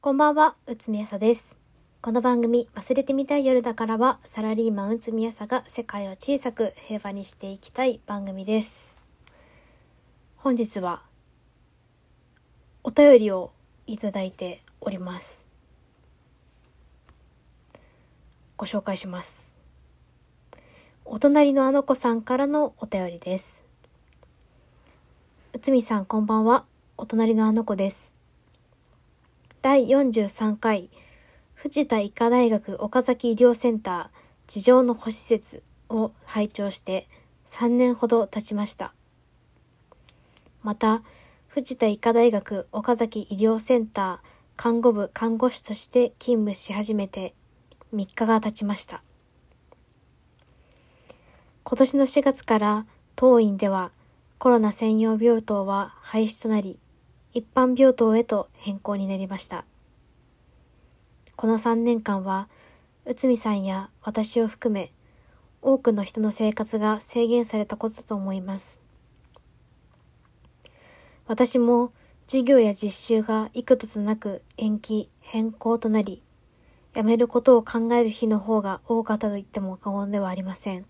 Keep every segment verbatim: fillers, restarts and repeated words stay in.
こんばんは、内海朝です。この番組、忘れてみたい夜だからは、サラリーマン内海朝が世界を小さく平和にしていきたい番組です。本日は、お便りをいただいております。ご紹介します。お隣のあの子さんからのお便りです。内海さん、こんばんは。お隣のあの子です。だいよんじゅうさんかい、藤田医科大学岡崎医療センター地上の保施設を拝聴してさんねんほど経ちました。また、藤田医科大学岡崎医療センター看護部看護師として勤務し始めてみっかが経ちました。今年のしがつから当院ではコロナ専用病棟は廃止となり、一般病棟へと変更になりました。このさんねんかんは、内海さんや私を含め、多くの人の生活が制限されたことと思います。私も授業や実習が幾度となく延期、変更となり、辞めることを考える日の方が多かったと言っても過言ではありません。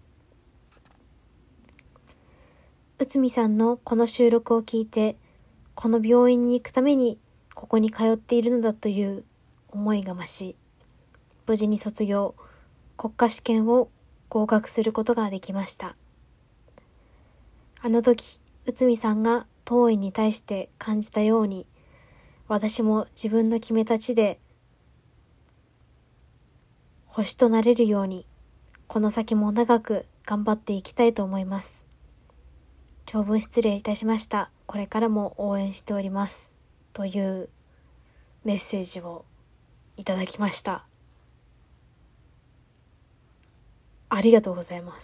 内海さんのこの収録を聞いて、この病院に行くためにここに通っているのだという思いが増し、無事に卒業、国家試験を合格することができました。あの時、内海さんが当院に対して感じたように、私も自分の決めた地で星となれるように、この先も長く頑張っていきたいと思います。長文失礼いたしました。これからも応援しております。というメッセージをいただきました。ありがとうございます。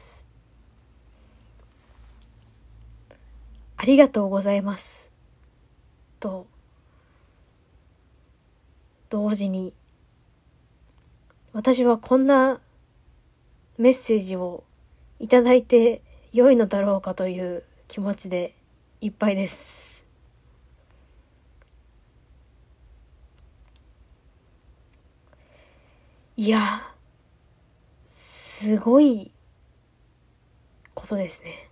ありがとうございます。と、同時に、私はこんなメッセージをいただいて良いのだろうかという気持ちでいっぱいです。いや、すごいことですね。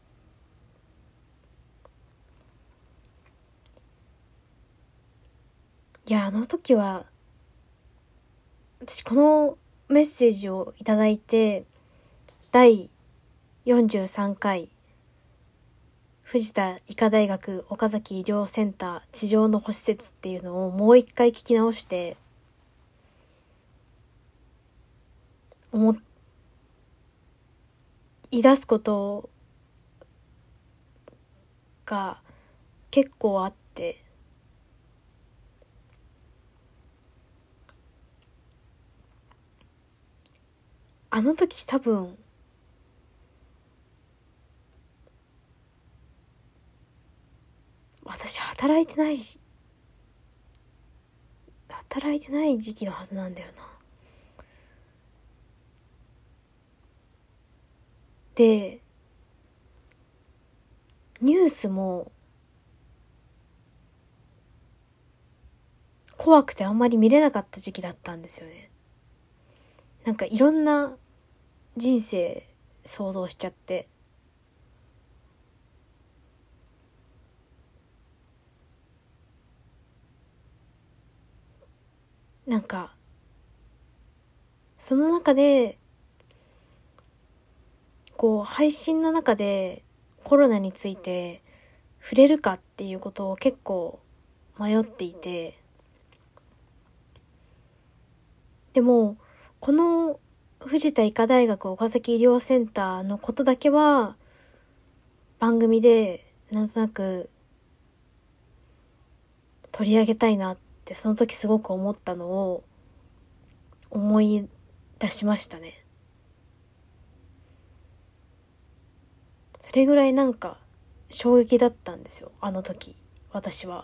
いや、あの時は、私このメッセージをいただいて、だいよんじゅうさんかい、藤田医科大学岡崎医療センター地上の保施設っていうのをもう一回聞き直して、思い出すことが結構あって、あの時多分、私働いてないし、働いてない時期のはずなんだよな。で、ニュースも怖くてあんまり見れなかった時期だったんですよね。なんかいろんな人生想像しちゃって。なんか、その中で、こう、配信の中でコロナについて触れるかっていうことを結構迷っていて、でも、この藤田医科大学岡崎医療センターのことだけは、番組でなんとなく取り上げたいなってその時すごく思ったのを思い出しましたね。それぐらいなんか衝撃だったんですよ、あの時、私は。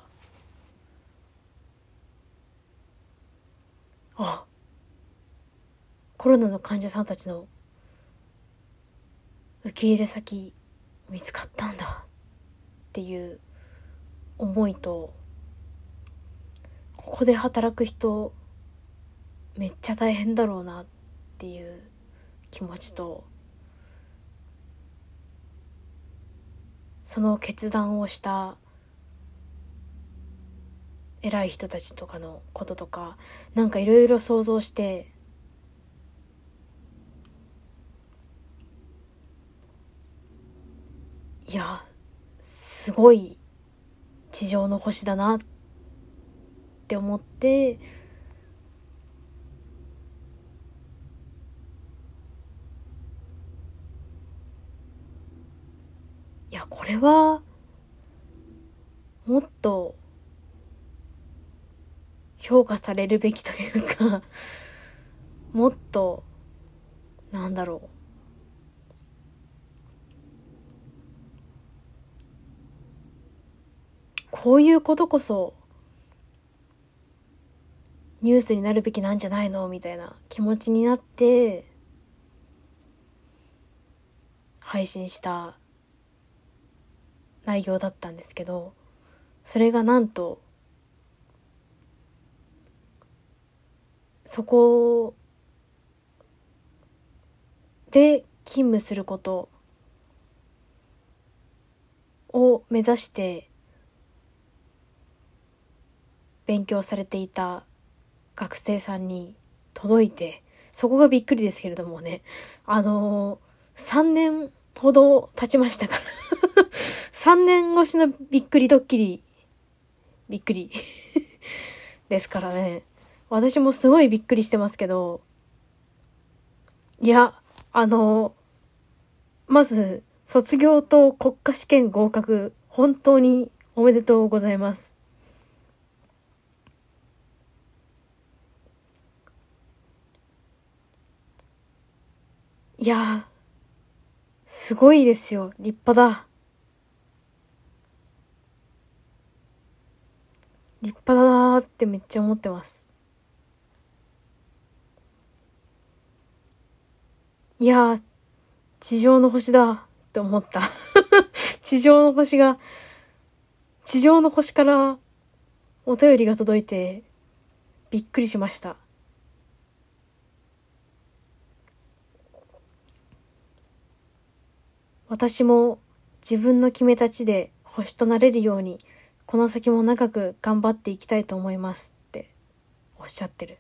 あ、コロナの患者さんたちの受け入れ先見つかったんだっていう思いと、 ここで働く人めっちゃ大変だろうなっていう気持ちと、その決断をした偉い人たちとかのこととか、なんかいろいろ想像して、いやすごい地上の星だなって思って、いやこれはもっと評価されるべきというかもっとなんだろう、こういうことこそニュースになるべきなんじゃないのみたいな気持ちになって配信した内容だったんですけど、それがなんとそこで勤務することを目指して勉強されていた学生さんに届いて、そこがびっくりですけれどもね、あのー、さんねんほど経ちましたからさんねん越しのびっくりドッキリびっくりですからね、私もすごいびっくりしてますけど、いやあのー、まず卒業と国家試験合格本当におめでとうございます。いやーすごいですよ、立派だ立派だなーってめっちゃ思ってます。いやー地上の星だって思った地上の星が地上の星からお便りが届いてびっくりしました。私も自分の決めた地で星となれるようにこの先も長く頑張っていきたいと思いますっておっしゃってる。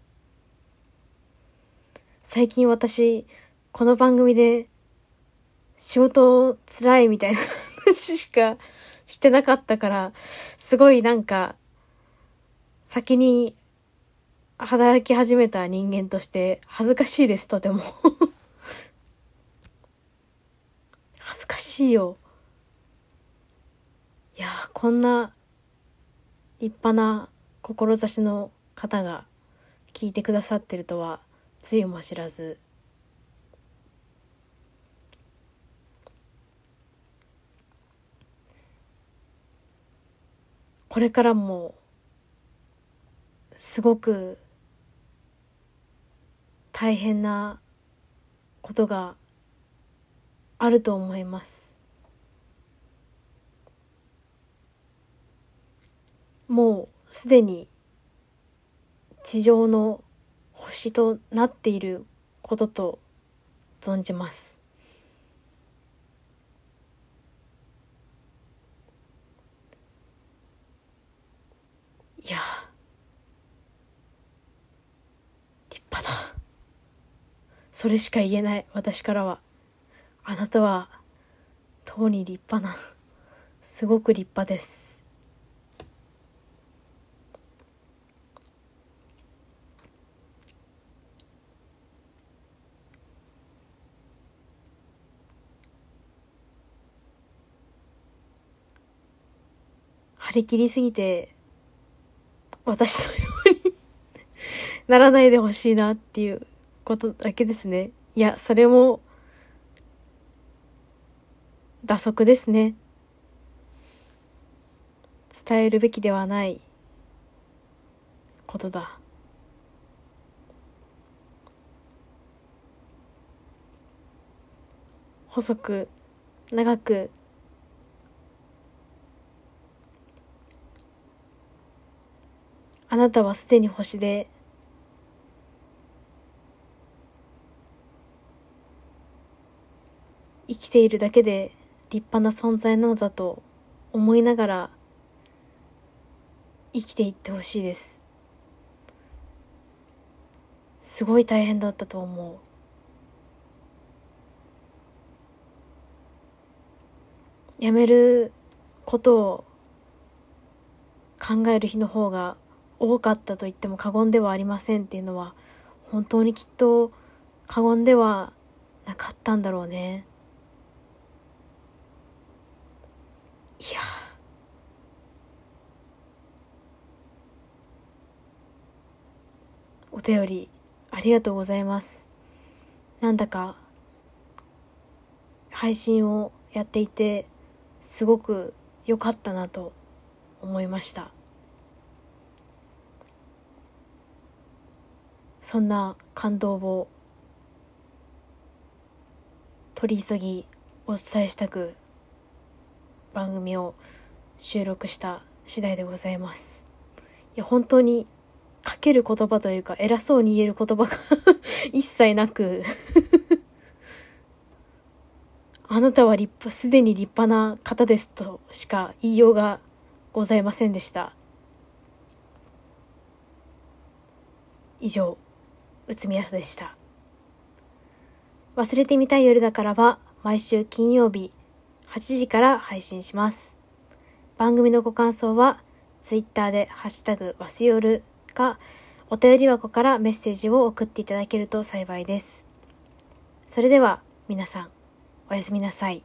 最近私この番組で仕事つらいみたいな話しかしてなかったから、すごいなんか先に働き始めた人間として恥ずかしいです、とても恥ずかしいよ。いやーこんな立派な志の方が聞いてくださってるとはつゆも知らず、これからもすごく大変なことがあると思います。もうすでに地上の星となっていることと存じます。いや立派だ、それしか言えない。私からはあなたはとうに立派な、すごく立派です。張り切りすぎて私のようにならないでほしいなっていうことだけですね。いやそれも打足ですね。伝えるべきではないことだ。細く長くあなたはすでに星で、生きているだけで立派な存在なのだと思いながら生きていってほしいです。すごい大変だったと思う。やめることを考える日の方が多かったと言っても過言ではありませんっていうのは、本当にきっと過言ではなかったんだろうね。いや、お便りありがとうございます。なんだか配信をやっていてすごく良かったなと思いました。そんな感動を取り急ぎお伝えしたく番組を収録した次第でございます。いや本当にかける言葉というか偉そうに言える言葉が一切なくあなたは立派、すでに立派な方ですとしか言いようがございませんでした。以上、内海朝でした。忘れてみたい夜だからは毎週金曜日はちじから配信します。番組のご感想はツイッターでハッシュタグわすよるかお便り箱からメッセージを送っていただけると幸いです。それでは皆さんおやすみなさい。